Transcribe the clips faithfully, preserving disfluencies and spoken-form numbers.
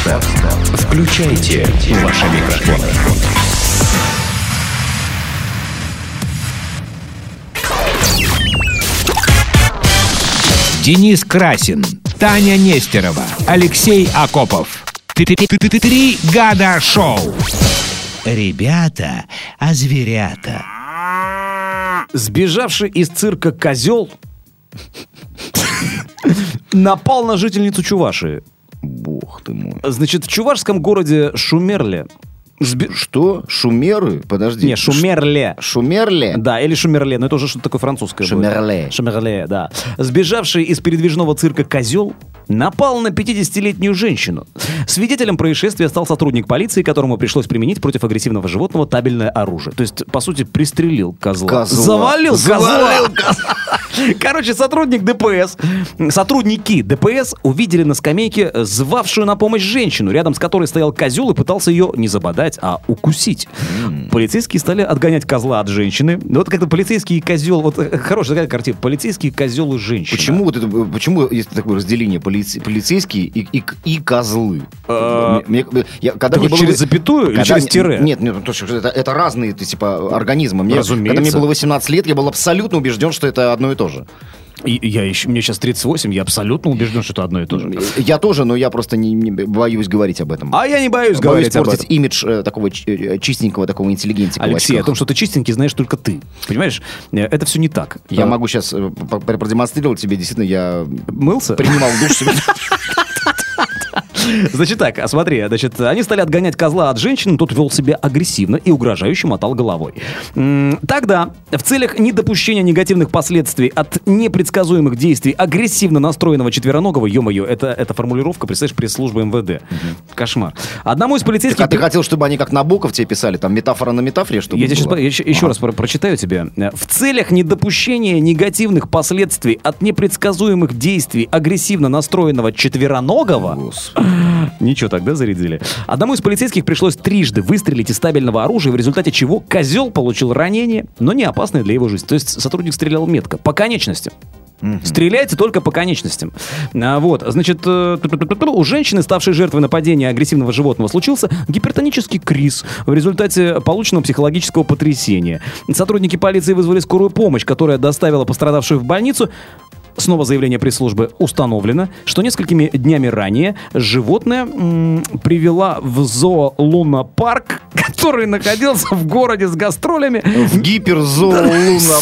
Подстер. Включайте ваши микрофоны. Денис Красин, Таня Нестерова, Алексей Акопов. Три года шоу. Ребята, а зверята. Сбежавший из цирка козел напал на жительницу Чувашии. Бог ты мой. Значит, в чувашском городе Шумерле. Сби... Что? Шумеры? Подожди. Не, Шумерле. Шумерле? Да, или Шумерле, но это уже что-то такое французское. Шумерле. Будет. Шумерле, да. Сбежавший из передвижного цирка козел напал на пятидесятилетнюю женщину. Свидетелем происшествия стал сотрудник полиции, которому пришлось применить против агрессивного животного табельное оружие. То есть, по сути, пристрелил козла. Козла. Завалил, Завалил козла. козла. Короче, сотрудник ДПС, сотрудники ДПС увидели на скамейке звавшую на помощь женщину, рядом с которой стоял козел и пытался ее не забодать, а укусить. Mm. Полицейские стали отгонять козла от женщины. Вот как-то полицейский козел, вот хорошая такая картина, полицейский козел и женщина. Почему вот это, почему есть такое разделение полиц, полицейские и, и, и козлы? Мне, я, когда мне было, через запятую или через тире? Нет, нет, это, это разные типа организмы. Мне, Разумеется. Когда мне было восемнадцать лет, я был абсолютно убежден, что это одно и то же. И я еще, мне сейчас тридцать восемь, я абсолютно убежден, что это одно и то же. Я тоже, но я просто не, не боюсь говорить об этом. А я не боюсь, боюсь говорить об этом. Боюсь имидж э, такого ч- чистенького, такого интеллигентика. Алексей, о том, что ты чистенький, знаешь только ты. Понимаешь? Это все не так. Я а... могу сейчас э, продемонстрировать тебе, действительно, я... Мылся? Принимал душ себе. Значит так, смотри, значит, они стали отгонять козла от женщины, тот вел себя агрессивно и угрожающе мотал головой. Тогда, в целях недопущения негативных последствий от непредсказуемых действий агрессивно настроенного четвероногого, ё-моё, это, это формулировка, представляешь, пресс-службы эм вэ дэ. Угу. Кошмар. Одному из полицейских... Так, а ты хотел, чтобы они как Набоков тебе писали, там, метафора на метафоре, чтобы Я тебе сейчас, я еще, еще а. раз про- прочитаю тебе. В целях недопущения негативных последствий от непредсказуемых действий агрессивно настроенного четвероногого... Господи. Ничего, тогда зарядили. Одному из полицейских пришлось трижды выстрелить из табельного оружия, в результате чего козел получил ранение, но не опасное для его жизни. То есть сотрудник стрелял метко, по конечностям. Mm-hmm. Стреляйте только по конечностям. А, вот, значит, у женщины, ставшей жертвой нападения агрессивного животного, случился гипертонический криз в результате полученного психологического потрясения. Сотрудники полиции вызвали скорую помощь, которая доставила пострадавшую в больницу. Снова заявление пресс-службы: установлено, что несколькими днями ранее животное м- привела в зоолунопарк, который находился в городе с гастролями. В гиперзоолунопарк.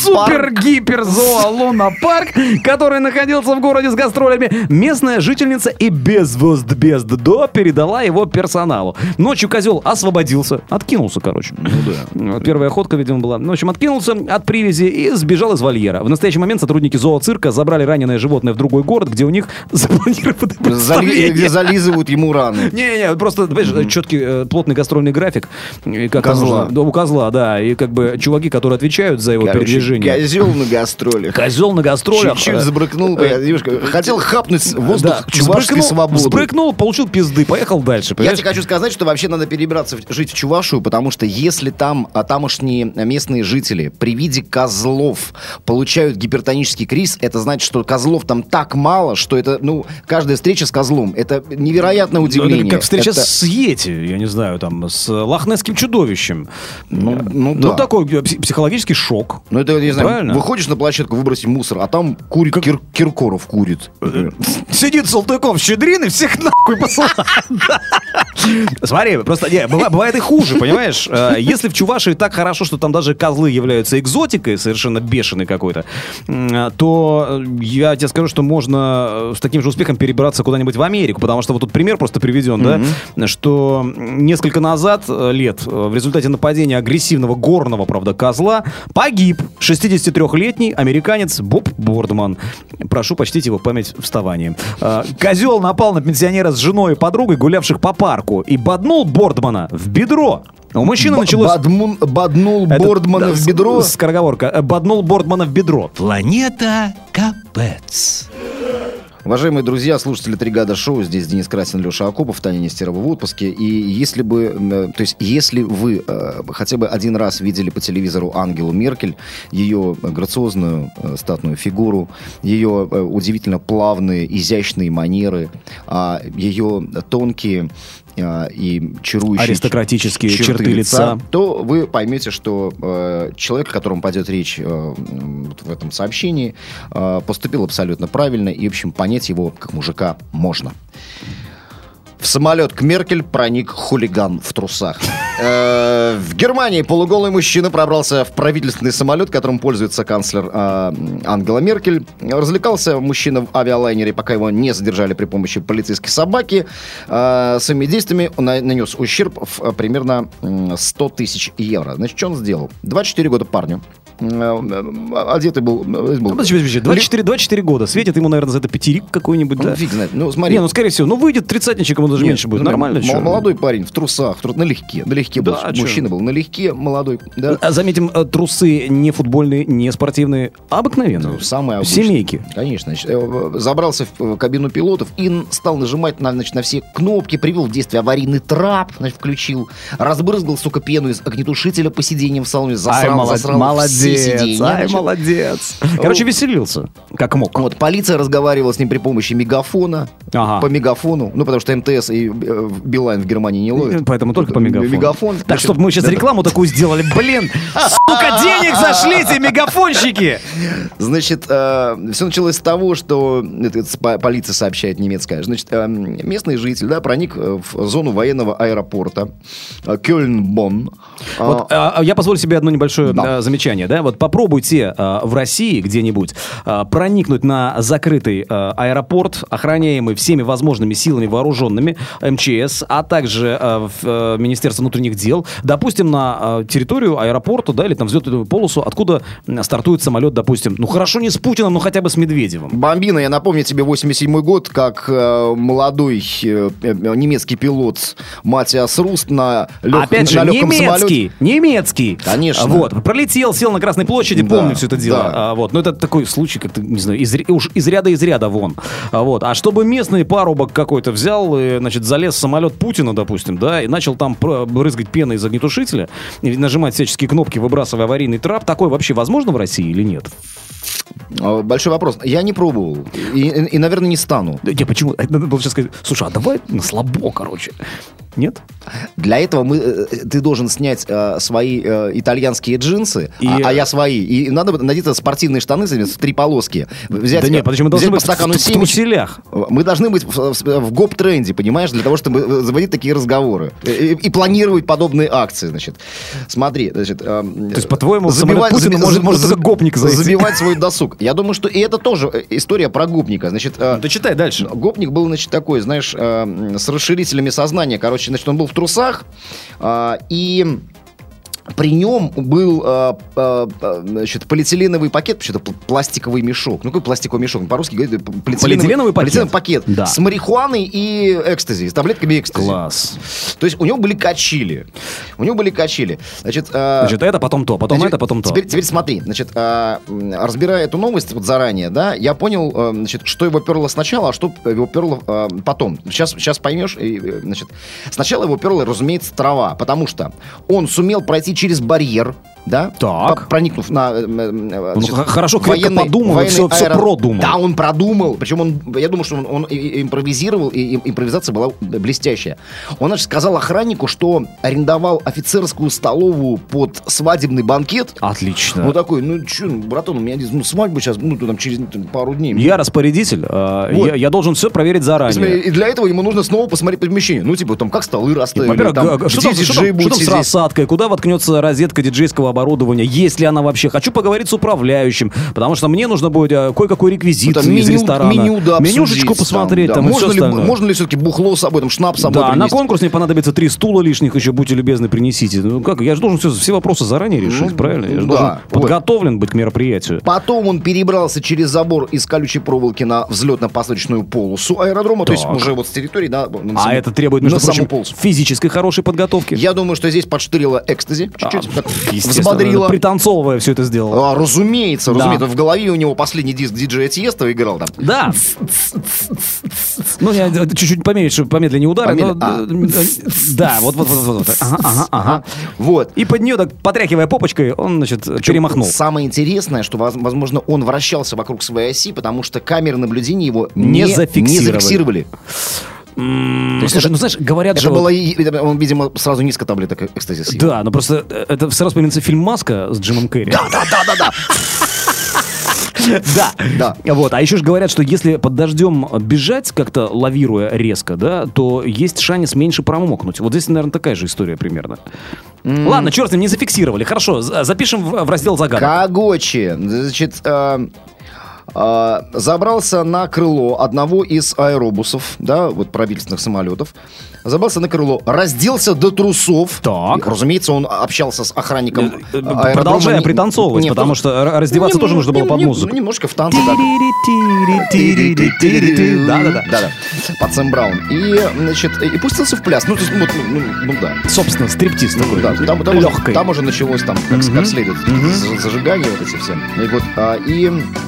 Супер-гиперзоолунопарк, который находился в городе с гастролями. Местная жительница и без воз без до передала его персоналу. Ночью козел освободился, откинулся, короче. Ну да. Первая охотка, видимо, была. В общем, откинулся от привязи и сбежал из вольера. В настоящий момент сотрудники зооцирка забрали раненое животное в другой город, где у них запланированы представления. Где зализывают ему раны. Не-не-не, просто, понимаешь, mm-hmm. четкий, плотный гастрольный график. Как козла. Нужно, у козла, да. И как бы чуваки, которые отвечают за его Короче, передвижение. Козел на гастролях. Козел на гастролях. Чуть-чуть забрыкнул. Хотел хапнуть воздух да, чувашской свободы. Сбрыкнул, получил пизды, поехал дальше. Я тебе хочу сказать, что вообще надо перебираться жить в Чувашию, потому что если там а, тамошние местные жители при виде козлов получают гипертонический криз, это значит, что козлов там так мало, что это, ну, каждая встреча с козлом, это невероятное удивление. Это как встреча это... с Йети, я не знаю, там, с лохнесским чудовищем. Ну, ну, ну да. такой психологический шок. Ну, это, я не знаю, правильно? Выходишь на площадку выбросить мусор, а там курит как... Кир... Киркоров курит. Сидит Салтыков-Щедрин и всех нахуй посылает. Смотри, просто не, бывает и хуже, понимаешь? Если в Чувашии так хорошо, что там даже козлы являются экзотикой, совершенно бешеной какой-то, то я тебе скажу, что можно с таким же успехом перебираться куда-нибудь в Америку, потому что вот тут пример просто приведен, mm-hmm. да, что несколько назад лет в результате нападения агрессивного горного, правда, козла погиб шестидесятитрёхлетний американец Боб Бордман. Прошу почтить его память вставанием. Козел напал на пенсионера с женой и подругой, гулявших по парку, и боднул Бордмана в бедро. У мужчины Б- началось... Бодмун, боднул Это, Бордмана да, в бедро? Скороговорка. Боднул Бордмана в бедро. Планета Капец. Уважаемые друзья, слушатели «Три года шоу», здесь Денис Красин, Леша Акопов, Таня Нестерова в отпуске. И если бы, то есть, если вы э, хотя бы один раз видели по телевизору Ангелу Меркель, ее грациозную э, статную фигуру, ее э, удивительно плавные, изящные манеры, э, ее тонкие э, и чарующие аристократические черты, черты лица, то вы поймете, что э, человек, о котором пойдет речь э, в этом сообщении, э, поступил абсолютно правильно, и, в общем, понять его как мужика можно. В самолет к Меркель проник хулиган в трусах. Э, в Германии полуголый мужчина пробрался в правительственный самолет, которым пользуется канцлер э, Ангела Меркель. Развлекался мужчина в авиалайнере, пока его не задержали при помощи полицейской собаки. Э, своими действиями он нанес ущерб в примерно сто тысяч евро. Значит, что он сделал? двадцать четыре года парню. Одетый был... был... Подожди, подожди, двадцать четыре, двадцать четыре года. Светит ему, наверное, за это пятерик какой-нибудь, ну, да? Фиг знает. Ну, смотри. Не, ну, скорее всего. Ну, выйдет тридцатничек, ему даже Нет, меньше будет. Ну, нормально, м- что? Молодой парень в трусах, в тру... налегке. Налегке да, был. А мужчина что? был налегке, молодой. Да. А заметим, трусы не футбольные, не спортивные, а обыкновенные. Ну, самые обычные. Семейки. Конечно. Значит, забрался в кабину пилотов и стал нажимать на, значит, на все кнопки, привел в действие аварийный трап, значит, включил, разбрызгал, сука, пену из огнетушителя по сиденьям в салоне, засрал, ай, молод... засрал молодец, все сиденья. Ай, значит. молодец. Короче, веселился, как мог. Вот, полиция разговаривала с ним при помощи мегафона. Ага. По мегафону. Ну, потому что МТС и э, Билайн в Германии не ловят. Поэтому только по мегафону. Мегафон. Так, чтобы мы сейчас рекламу такую сделали. Блин, сука, денег зашлите, мегафонщики! Значит, э, все началось с того, что это, это, полиция сообщает немецкая. Значит, э, местный житель, да, проник в зону военного аэропорта э, Кёльн-Бонн. Вот, а, э, я позволю себе одно небольшое да. э, замечание. Да? Вот попробуйте э, в России где-нибудь э, проникнуть на закрытый э, аэропорт, охраняемый всеми возможными силами вооруженными, МЧС, а также э, в, э, Министерство внутренних дел, допустим, на э, территорию аэропорта, да, или там взлетную полосу, откуда стартует самолет, допустим, ну хорошо не с Путиным, но хотя бы с Медведевым. Бомбина, я напомню тебе восемьдесят седьмой год, как э, молодой э, немецкий пилот Матиас Руст на, лег, Опять же, на легком немецкий, самолете. немецкий. Конечно. Вот, пролетел, сел на Красной площади, Да, помню все это дело. да. А, вот, но это такой случай, как-то, не знаю, из, уж из ряда из ряда вон. А, вот. А чтобы местный парубок какой-то взял, и, значит, залез в самолет Путина, допустим, да, и начал там брызгать пеной из огнетушителя, и нажимать всяческие кнопки, выбрасывая аварийный трап, такое вообще возможно в России или нет? Большой вопрос. Я не пробовал. И, и, и наверное, не стану. Не, почему? Надо было сейчас сказать, слушай, а давай на слабо, короче. Нет? Для этого мы, ты должен снять э, свои э, итальянские джинсы, и, а, а я свои. И надо надеть спортивные штаны в три полоски. Взять, да нет, почему мы должны быть по стакану в, в, в труселях? Мы должны быть в, в, в гоп-тренде, понимаешь, для того, чтобы заводить такие разговоры. И, и планировать подобные акции, значит. Смотри, значит... Э, То есть, по-твоему, самолет Путина заби, может, может заби, только гопник зайти? Забивать свой досуг. Я думаю, что и это тоже история про гопника. Значит, э, да читай дальше. Гопник был, значит, такой, знаешь, э, с расширителями сознания. Короче, значит, он был в трусах, Uh, и при нем был э, э, значит, полиэтиленовый пакет, почему-то пластиковый мешок. Ну, какой пластиковый мешок? По-русски говорит полиэтиленовый, полиэтиленовый пакет, полиэтиленовый пакет да. с марихуаной и экстази, с таблетками экстази. Класс. То есть у него были качели. У него были качели. Значит, э, значит это, потом то, потом значит, это, потом то. Теперь, теперь смотри, значит, э, разбирая эту новость вот заранее, да, я понял, э, значит, что его перло сначала, а что его перло э, потом. Сейчас, сейчас поймешь. И, значит, сначала его перло, разумеется, трава, потому что он сумел пройти через барьер, да? Так. Проникнув на... Значит, ну, хорошо, крепко военный, подумал, военный все, аэро... все продумал. Да, он продумал. Причем он, я думаю, что он, он импровизировал, и импровизация была блестящая. Он, значит, сказал охраннику, что арендовал офицерскую столовую под свадебный банкет. Отлично. Вот такой, ну, что, братан, у меня ну, свадьба сейчас, ну, там, через там, пару дней. Я распорядитель, э, вот. я, я должен все проверить заранее. И для этого ему нужно снова посмотреть помещение. Ну, типа, там, как столы расставили. Во-первых, там, что там, что там, что там с рассадкой, куда воткнется розетка диджейского оборудования, есть ли она вообще. Хочу поговорить с управляющим, потому что мне нужно будет а, кое-какой реквизит ну, из меню, ресторана. Меню, да, менюшечку посмотреть. Там, там, да. Можно, ли, можно ли все-таки бухло с собой, там, шнапс с собой Да, принести? на конкурс мне понадобится три стула лишних еще, будьте любезны, принесите. Ну как, я же должен все, все вопросы заранее решить, ну, правильно? Я же да, должен вот. подготовлен быть к мероприятию. Потом он перебрался через забор из колючей проволоки на взлетно-посадочную полосу аэродрома, так. то есть уже вот с территории, да. На а саму, это требует, между прочим, физической хорошей подготовки. Я думаю, что здесь подштырило экстази чуть-чуть. А, взбодрило. Пританцовывая все это сделал. А, разумеется, Да. разумеется. В голове у него последний диск диджея Тиеста играл там. Да. Ну, я э, чуть-чуть поменьше, помедленнее удары, но... Помедленнее. э, Да, вот, вот, вот, вот. Ага, ага, ага. Вот. И под нее, так, потряхивая попочкой, он, значит, перемахнул. Самое интересное, что, воз- возможно, он вращался вокруг своей оси, потому что камеры наблюдения его Не не, зафиксировали. не зафиксировали. М, То есть Слушай, это- ну, знаешь, говорят Это же... вот- было, и- и- он, видимо, сразу несколько таблеток экстази съел. Да, но просто э, это сразу вспоминается фильм «Маска» с Джимом Керри. Да, да, да, да, да. Да. Да. Вот. А еще же говорят, что если под дождем бежать, как-то лавируя резко, да, то есть шанс меньше промокнуть. Вот здесь, наверное, такая же история примерно. Ладно, черт с ним, не зафиксировали. Хорошо, за- запишем в, в раздел загадок. Кагочи, значит, э, э, забрался на крыло одного из аэробусов, да, вот правительственных самолетов, забрался на крыло, разделся до трусов. Так. И, разумеется, он общался с охранником Э, э, аэродрома. Продолжая Не- пританцовывать, не, потому просто- что р- раздеваться Нем- тоже нужно было нем- под нем- музыку. Немножко в танце, да. Да-да-да. Да-да. Под Сэм Браун. И, значит, и пустился в пляс. Ну, то есть, ну, ну, ну, ну, да. Собственно, стриптиз такой. Да, там, там, уже, Легкой. там уже началось там, как, Мгм. как следует, за- зажигание вот эти все. И вот, а, и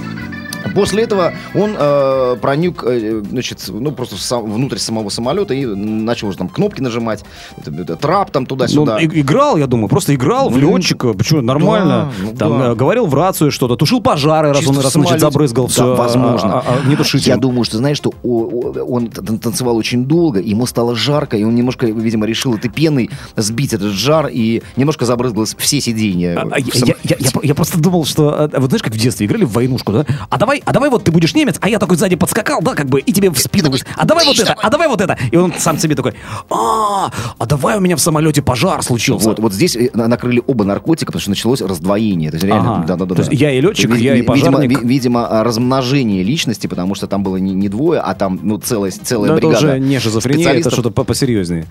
после этого он э, проник, э, значит, ну, просто в сам- внутрь самого самолета и начал уже там кнопки нажимать, это, это, трап там Ну, туда-сюда. и- играл, я думаю, просто играл в Ну, летчика, почему, нормально. да, ну Там да. э, говорил в рацию что-то, тушил пожары, раз Чисто он в раз, значит, самолете. забрызгал Да, все возможно. огнетушителем. Я думаю, что, знаешь, что о- о- он т- танцевал очень долго, ему стало жарко, и он немножко, видимо, решил этой пеной сбить этот жар, и немножко забрызгалось все сиденья. А, а, в я, самолете. я- я- я просто думал, что... а, Вот знаешь, как в детстве играли в войнушку, да? А давай, а давай вот ты будешь немец, а я такой сзади подскакал, да, как бы, и тебе в спину. такой, А давай вот «Ты это, что?» а давай вот это. И он сам себе такой, а, а давай у меня в самолете пожар случился. Вот, вот здесь э, на- накрыли оба наркотика, потому что началось раздвоение. То есть, реально, Ага. да, да, да, То есть да. я и летчик, Ви- я и ви- видимо, пожарник. ви- Видимо, а, размножение личности, потому что там было не, не двое, а там ну, целая, целая Но это бригада уже не шизофрения, это специалистов. что-то по- посерьезнее.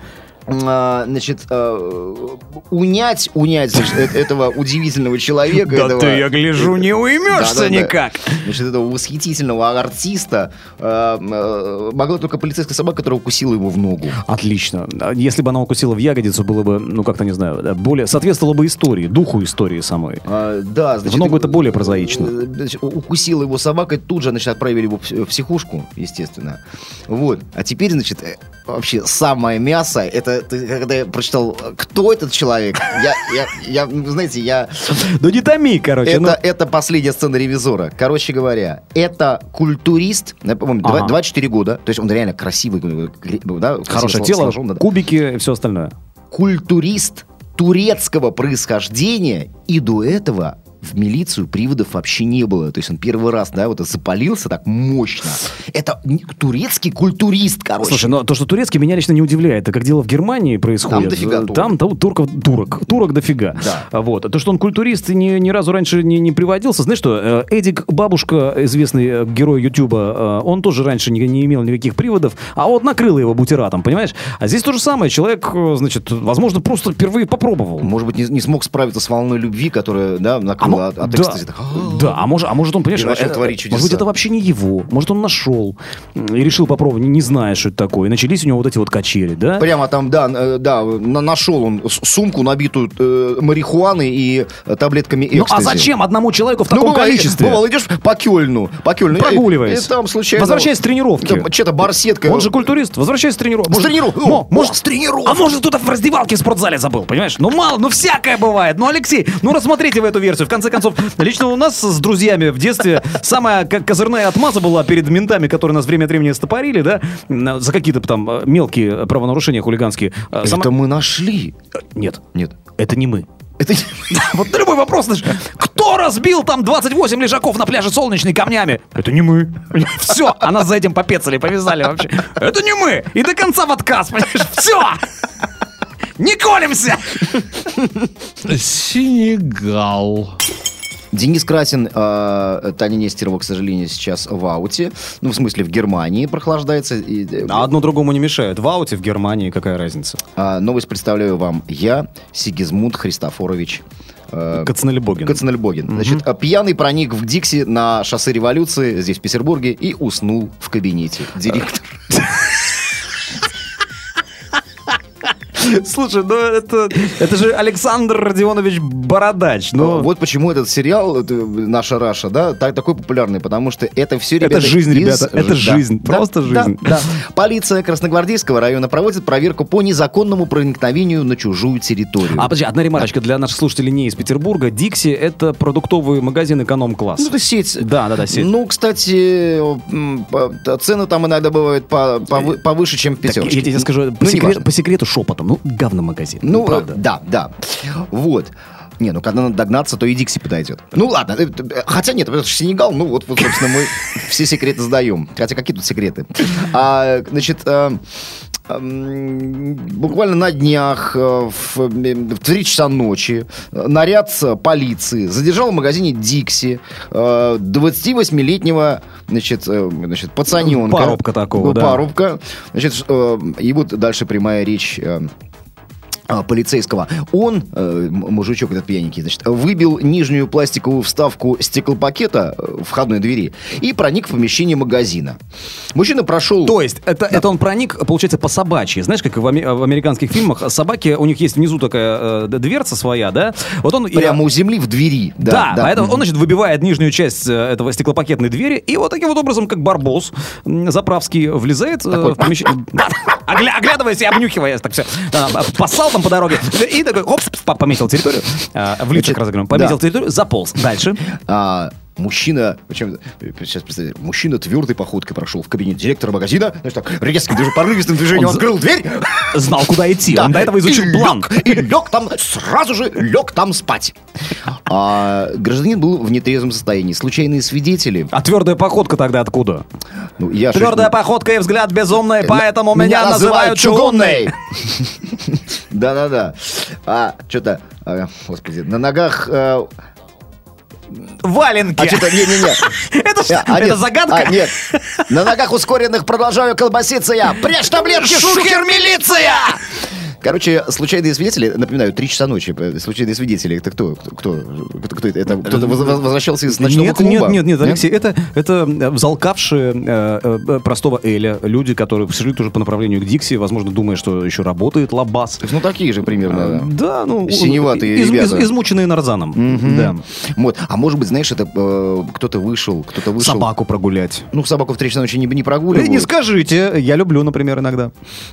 А, значит, а, унять, унять значит, э- этого удивительного человека. Да этого- ты, я гляжу, не уймешься Да-да-да. никак. Значит, этого восхитительного артиста а, а, могла только полицейская собака, которая укусила его в ногу. Отлично. А Если бы она укусила в ягодицу, было бы, ну, как-то, не знаю, да, более... Соответствовало бы истории, духу истории самой. А, да, значит, В ногу и- это более прозаично. э, значит, у- укусила его собака, и тут же, значит, отправили его в в психушку, естественно. Вот. А теперь, значит, э, вообще самое мясо, это ты, когда я прочитал, кто этот человек, я, я, я, ну, знаете, я... Ну не томи, короче. ну. Это, это последняя сцена «Ревизора». Короче говоря, это культурист, я помню, Ага. двадцать четыре года, то есть он реально красивый, э, гре- да, красиво Хорошее сло- тело, сложен, да, да. кубики и все остальное. Культурист турецкого происхождения, и до этого в милицию приводов вообще не было. То есть он первый раз, да, вот запалился так мощно. Это не- турецкий культурист, короче. Слушай, но то, что турецкий, меня лично не удивляет. Это как дело в Германии происходит. Там дофига турок. Там там турков, турок. Турок дофига. Да. А Вот. А то, что он культурист и ни, ни разу раньше не, не приводился. Знаешь что, э, Эдик Бабушка, известный э, герой Ютуба, э, он тоже раньше не, не имел никаких приводов, а вот накрыло его бутератом, понимаешь? А здесь то же самое. Человек, э, значит, возможно, просто впервые попробовал. Может быть, не, не смог справиться с волной любви, которая, да, А накрыла мо- от, от да, экстази. Так, «А-а-а». да, а может, а может он, понимаешь, И начал э, творить чудеса. может быть, это вообще не его, может он нашел м, и решил попробовать, не, не зная, что это такое, и начались у него вот эти вот качели, да? Прямо там, да, э, да, на- нашел он с- сумку, набитую э, марихуаны и э, таблетками Ну экстази. а зачем одному человеку в Ну, таком бывало, количестве? бывало, идешь по Кёльну, по Кёльну. Прогуливаясь. И, и там случайно... Возвращаясь с тренировки. Там Что-то барсетка. Он же культурист, возвращаясь с тренировки. С тренировки. Мо- О, может, с тренировки. А может, кто-то в раздевалке в спортзале забыл, понимаешь? Ну мало, ну всякое бывает. Ну, Алексей, ну рассмотрите в эту версию. В конце концов, лично у нас с друзьями в детстве самая как козырная отмаза была перед ментами, которые нас время от времени стопорили, да, м, за какие-то там э, мелкие правонарушения хулиганские. Э, Это сама- мы нашли. Нет, Нет. это не мы. Это... Вот на любой вопрос, знаешь, кто разбил там двадцать восемь лежаков на пляже Солнечный камнями? Это не мы. Все, а нас за этим попецали, повязали вообще. Это не мы. И до конца в отказ, понимаешь? Все. Не колемся. Сенегал. Денис Красин, э, Таня Нестерова, к сожалению, сейчас в ауте. Ну, в смысле, в Германии прохлаждается. И, э, А одно другому не мешает. В ауте, в Германии, какая разница? а, новость представляю вам я, Сигизмунд Христофорович э, Кацнелебогин. Кацнельбогин. Значит, а, пьяный проник в Дикси на шоссе Революции здесь, в Петербурге, и уснул в кабинете. Директор. Слушай, ну это, это же Александр Родионович Бородач. Ну, Вот почему этот сериал это, «Наша Раша», да, так, такой популярный, потому что это все, ребята, это жизнь, из- ребята, это да, жизнь, да, просто да, жизнь. да. Полиция Красногвардейского района проводит проверку по незаконному проникновению на чужую территорию. А, подожди, одна ремарочка для наших слушателей не из Петербурга. Дикси — это продуктовый магазин эконом-класса. Ну, это сеть. Да, да, да, сеть. Ну, кстати, м, по- цены там иногда бывают по- повы- повыше, чем в Так, пятерочке. я тебе скажу по, Ну, секре- неважно. по секрету шепотом. Ну, говномагазин. Ну, правда. э, да, да. Вот. Не, ну когда надо догнаться, то и Дикси подойдет. Ну ладно, э, э, хотя нет, это же Сенегал, ну вот, вот, собственно, мы все секреты сдаем. Хотя какие тут секреты? А, значит, э, эм, буквально на днях э, в, э, в три часа ночи э, наряд с полиции задержал в магазине Дикси э, двадцативосьмилетнего, значит, э, значит, пацаненка. Парубка такого, Ну, да. Парубка. Значит, э, и вот дальше прямая речь э, а, полицейского. Он, э, м- мужичок этот пьяненький, значит, выбил нижнюю пластиковую вставку стеклопакета э, входной двери и проник в помещение магазина. Мужчина прошел... То есть, это, это он проник, получается, по собачьи. Знаешь, как в, аме- в американских фильмах, собаки, у них есть внизу такая э, дверца своя, да? Вот он... Прямо у земли в двери. Да, Да, поэтому Мгм. он, значит, выбивает нижнюю часть э, этого стеклопакетной двери, и вот таким вот образом, как барбос м, заправский, влезает э, в помещение, Да, огля- оглядываясь и обнюхиваясь, так все, поссал там по дороге, и такой, оп, по- пометил территорию, э, в лицах Значит, разыгрываем, пометил да. территорию, заполз. Дальше. А, мужчина, причем, сейчас представьте, мужчина твердой походкой прошел в кабинет директора магазина, значит, так, резким, движ- порывистым движением Он за- открыл дверь. Знал, куда идти, Да. он до этого изучил И план. лег- И лег там, сразу же лег там спать. А, гражданин был в нетрезвом состоянии. Случайные свидетели. А твердая походка тогда откуда? Ну, я ж- Твердая походка и взгляд безумный, поэтому Меня меня называют чугунной. Да-да-да. А, что-то, а, господи, на ногах... э, Валенки. А что-то, не-не-не. Это, ж- А, это нет, загадка? а, нет. На ногах ускоренных продолжаю колбаситься я. Прячь таблетки, шухер, милиция! Короче, случайные свидетели, напоминаю, три часа ночи, э, случайные свидетели, это кто? Кто, кто, кто, кто это? Это кто-то воз- воз- возвращался из ночного Нет, клуба? нет, нет, нет, Алексей, это, это взалкавшие э, э, простого Эля, люди, которые шли тоже по направлению к Дикси, возможно, думая, что еще работает лабаз. То есть, ну, такие же примерно, да. Да, ну... Синеватые из- ребята. из- измученные нарзаном. Да. Вот. А может быть, знаешь, это э, кто-то вышел, кто-то вышел... Собаку прогулять. Ну, собаку в три часа ночи не, не Э, прогуливают. Не скажите, я люблю, например, иногда.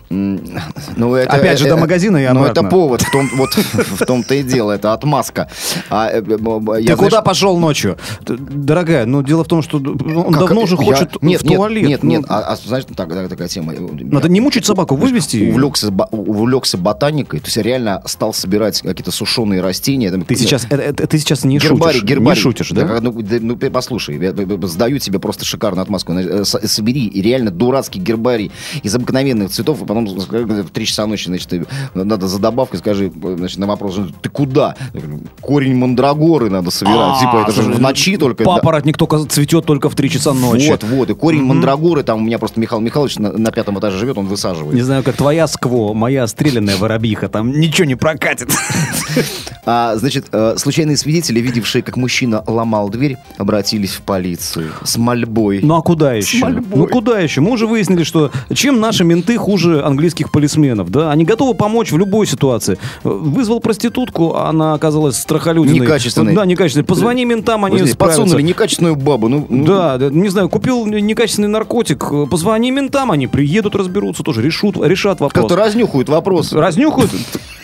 Ну, это, Опять же, до магазина и Ну, обратно. это повод, в, том, вот, в том-то и дело, это отмазка. А, э, э, Ты я, куда знаешь, пошел ночью? Д- Дорогая, ну дело в том, что он как- давно уже я- хочет нет, в нет, туалет. Нет, Ну, нет, а, а знаешь, так, так- такая тема. Надо не мучить собаку, вывести ее. Увлекся, бо- увлекся ботаникой, то есть я реально стал собирать какие-то сушеные растения. Там, Ты сейчас, это- это- ты сейчас не Гербарий, шутишь. гербарий. Не шутишь, да? Ну, да, ну, ты послушай, я, я, я сдаю тебе просто шикарную отмазку. Э, с- Собери и реально дурацкий гербарий из обыкновенных цветов, и потом в три часа ночи, значит, ты- надо за добавкой, скажи, значит, на вопрос, ты куда? Я говорю, корень мандрагоры надо собирать. А, Типа, это же слушай, в ночи только. да. Папоротник только цветет только в три часа ночи. Вот, вот, и корень мандрагоры, там у меня просто Михаил Михайлович на, на пятом этаже живет, он высаживает. Не знаю, как твоя скво, моя стрелянная воробьиха, там ничего не прокатит. А, значит, э, случайные свидетели, видевшие, как мужчина ломал дверь, обратились в полицию с мольбой. Ну а куда еще? мольбой. Ну куда еще? Мы уже выяснили, что чем наши менты хуже английских полисменов, да? Они готовы помочь в любой ситуации. Вызвал проститутку, она оказалась страхолюдиной. Некачественной. Да, некачественной. Позвони ментам, они Подожди, справятся. подсунули некачественную бабу. Ну, ну, Да, да, не знаю, купил некачественный наркотик, позвони ментам, они приедут, разберутся тоже, решут, решат вопрос. как-то разнюхают вопрос. Разнюхают?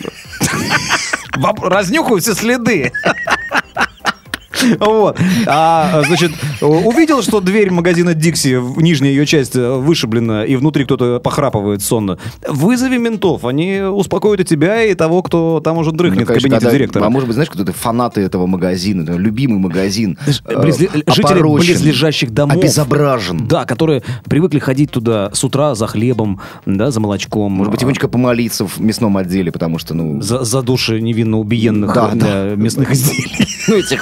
Воп- Разнюхают все следы. Вот. А, значит, увидел, что дверь магазина Дикси, в- нижняя ее часть э, вышиблена, и внутри кто-то похрапывает сонно. Вызови ментов, они успокоят и тебя, и того, кто там уже дрыхнет Ну, в конечно, кабинете когда- директора. А может быть, знаешь, кто-то фанаты этого магазина, это любимый магазин. э, Близле- Жители опорочен, близлежащих домов. обезображен. Да, которые привыкли ходить туда с утра за хлебом, да, за молочком. Может быть, тихонечко помолиться в мясном отделе, потому что, ну... За, за души невинно убиенных Да, э, да. мясных изделий. Ну, этих, ну,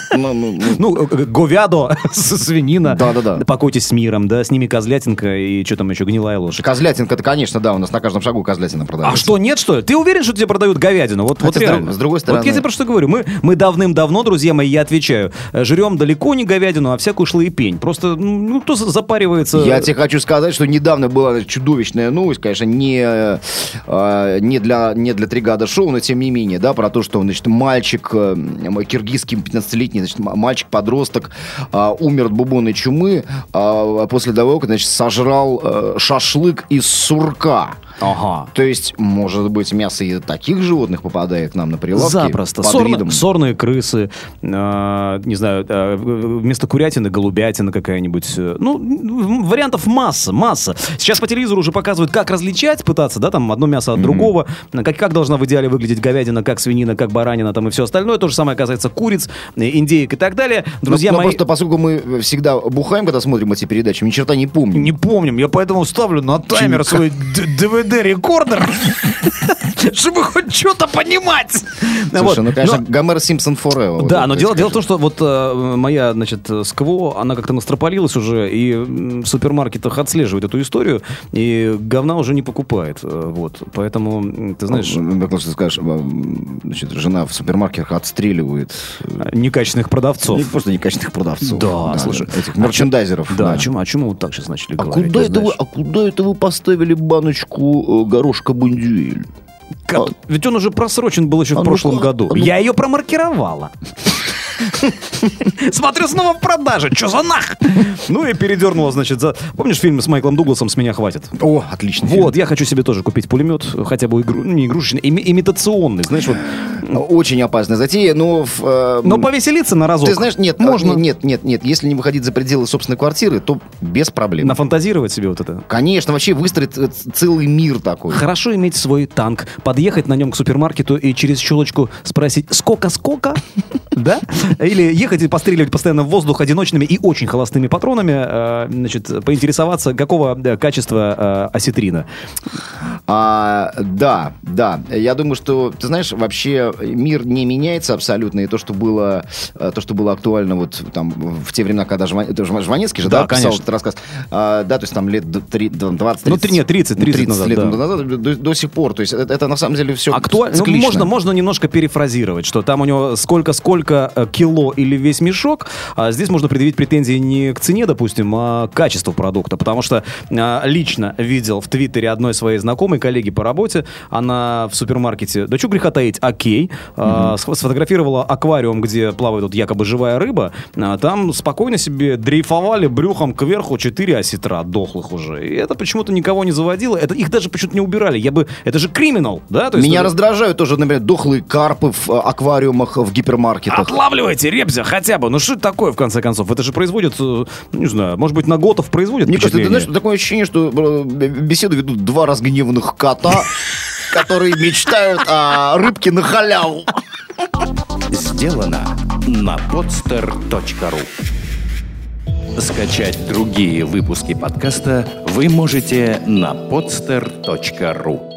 ну, Ну, говядо, свинина. Да-да-да. Покойтесь с миром, да, с ними козлятинка и что там еще, гнилая лошадь. Козлятинка-то, конечно, да, у нас на каждом шагу козлятина продается. А что, нет, что ли? Ты уверен, что тебе продают говядину? Вот, вот Хотя, с друг- реально. с другой стороны- Вот я тебе про что говорю. Мы, мы давным-давно, друзья мои, я отвечаю, жрем далеко не говядину, а всякую шлоепень. Просто, ну, кто запаривается... Я тебе хочу сказать, что недавно была чудовищная новость, конечно, не, э, не для, не для Тригада шоу, но тем не менее, да, про то, что, значит, мальчик, э, киргизский пятнадцатилетний, значит, мальчик-подросток э, умер от бубонной чумы э, после того, как, значит, сожрал э, шашлык из сурка. Ага. То есть, может быть, мясо и таких животных попадает к нам на прилавки? Запросто. Под Сорно- видом. сорные крысы, э, не знаю, э, вместо курятины голубятина какая-нибудь. э, Ну, м, вариантов масса, масса. Сейчас по телевизору уже показывают, как различать, пытаться, да, там, одно мясо от другого, как, как должна в идеале выглядеть говядина, как свинина, как баранина, там, и все остальное. То же самое касается куриц, э, индеек и так далее. Друзья но, но мои... просто поскольку мы всегда бухаем, когда смотрим эти передачи, ни черта не помним. Не помним, я поэтому ставлю на таймер свой ди ви ди-рекордер, чтобы хоть что-то понимать. Слушай, Вот. ну, конечно, Но- Гомер Симпсон forever. Да, вот но это дело, дело в том, скажи. что вот э, моя, значит, СКВО, она как-то настропалилась уже, и м, в супермаркетах отслеживает эту историю, и говна уже не покупает. э, Вот, поэтому, м, ты знаешь, Ну, как ты скажешь, м, значит, жена в супермаркетах отстреливает э, некачественных продавцов. не просто некачественных продавцов. Да, слушай. Этих мерчендайзеров. Да, о чем, о чем мы вот так сейчас начали А говорить? куда, ты это вы, знаешь? а куда это вы поставили баночку э, горошка бондюэль? Как- Ведь он уже просрочен был еще А в ну-ка, прошлом году. а ну- Я ее промаркировала. Смотрю, снова в продаже. Че за нах? Ну и передернула, значит, за... Помнишь фильм с Майклом Дугласом «С меня хватит»? О, отлично. Вот, я хочу себе тоже купить пулемет, хотя бы игру... не игрушечный, ими- имитационный, знаешь, вот. Очень опасная затея, но... в, э, Но повеселиться на разок. Ты знаешь, нет, можно а, нет, нет, нет, если не выходить за пределы собственной квартиры, то без проблем. нафантазировать себе вот это. Конечно, вообще выстроить э, целый мир такой. Хорошо иметь свой танк, подъехать на нем к супермаркету и через щелочку спросить «Сколько-сколько?» Да? Или ехать и постреливать постоянно в воздух одиночными и очень холостыми патронами, э, значит, поинтересоваться, какого э, качества э, осетрина. А, да, да. Я думаю, что, ты знаешь, вообще мир не меняется абсолютно. И то, что было, э, то, что было актуально вот там в те времена, когда Жван... это Жва- Жванецкий же, Да, да, писал конечно. этот рассказ. А, да, то есть там лет двадцать-тридцать. Ну, три- нет, тридцать, тридцать назад, лет да. назад, до, до сих пор. То есть это, это на самом деле все Актуально. Ну, можно, можно немножко перефразировать, что там у него сколько-сколько э, кило или весь мешок, а здесь можно предъявить претензии не к цене, допустим, а к качеству продукта, потому что э, лично видел в Твиттере одной своей знакомой, коллеги по работе, она в супермаркете, да что греха таить, окей, э, сф- сфотографировала аквариум, где плавает вот якобы живая рыба, а там спокойно себе дрейфовали брюхом кверху четыре осетра дохлых уже, и это почему-то никого не заводило, это их даже почему-то не убирали, я бы, это же криминал, да? То есть Меня это- раздражают тоже, например, дохлые карпы в э, аквариумах в гипермаркетах. Отлавливайте, ребзя, хотя бы. Ну что это такое, в конце концов? Это же производит, э, не знаю, может быть, на готов производит Мне кажется, ты впечатление. знаешь, такое ощущение, что э, беседу ведут два разгневанных кота, которые мечтают о рыбке на халяву. Сделано на podster точка ру. Скачать другие выпуски подкаста вы можете на podster точка ру.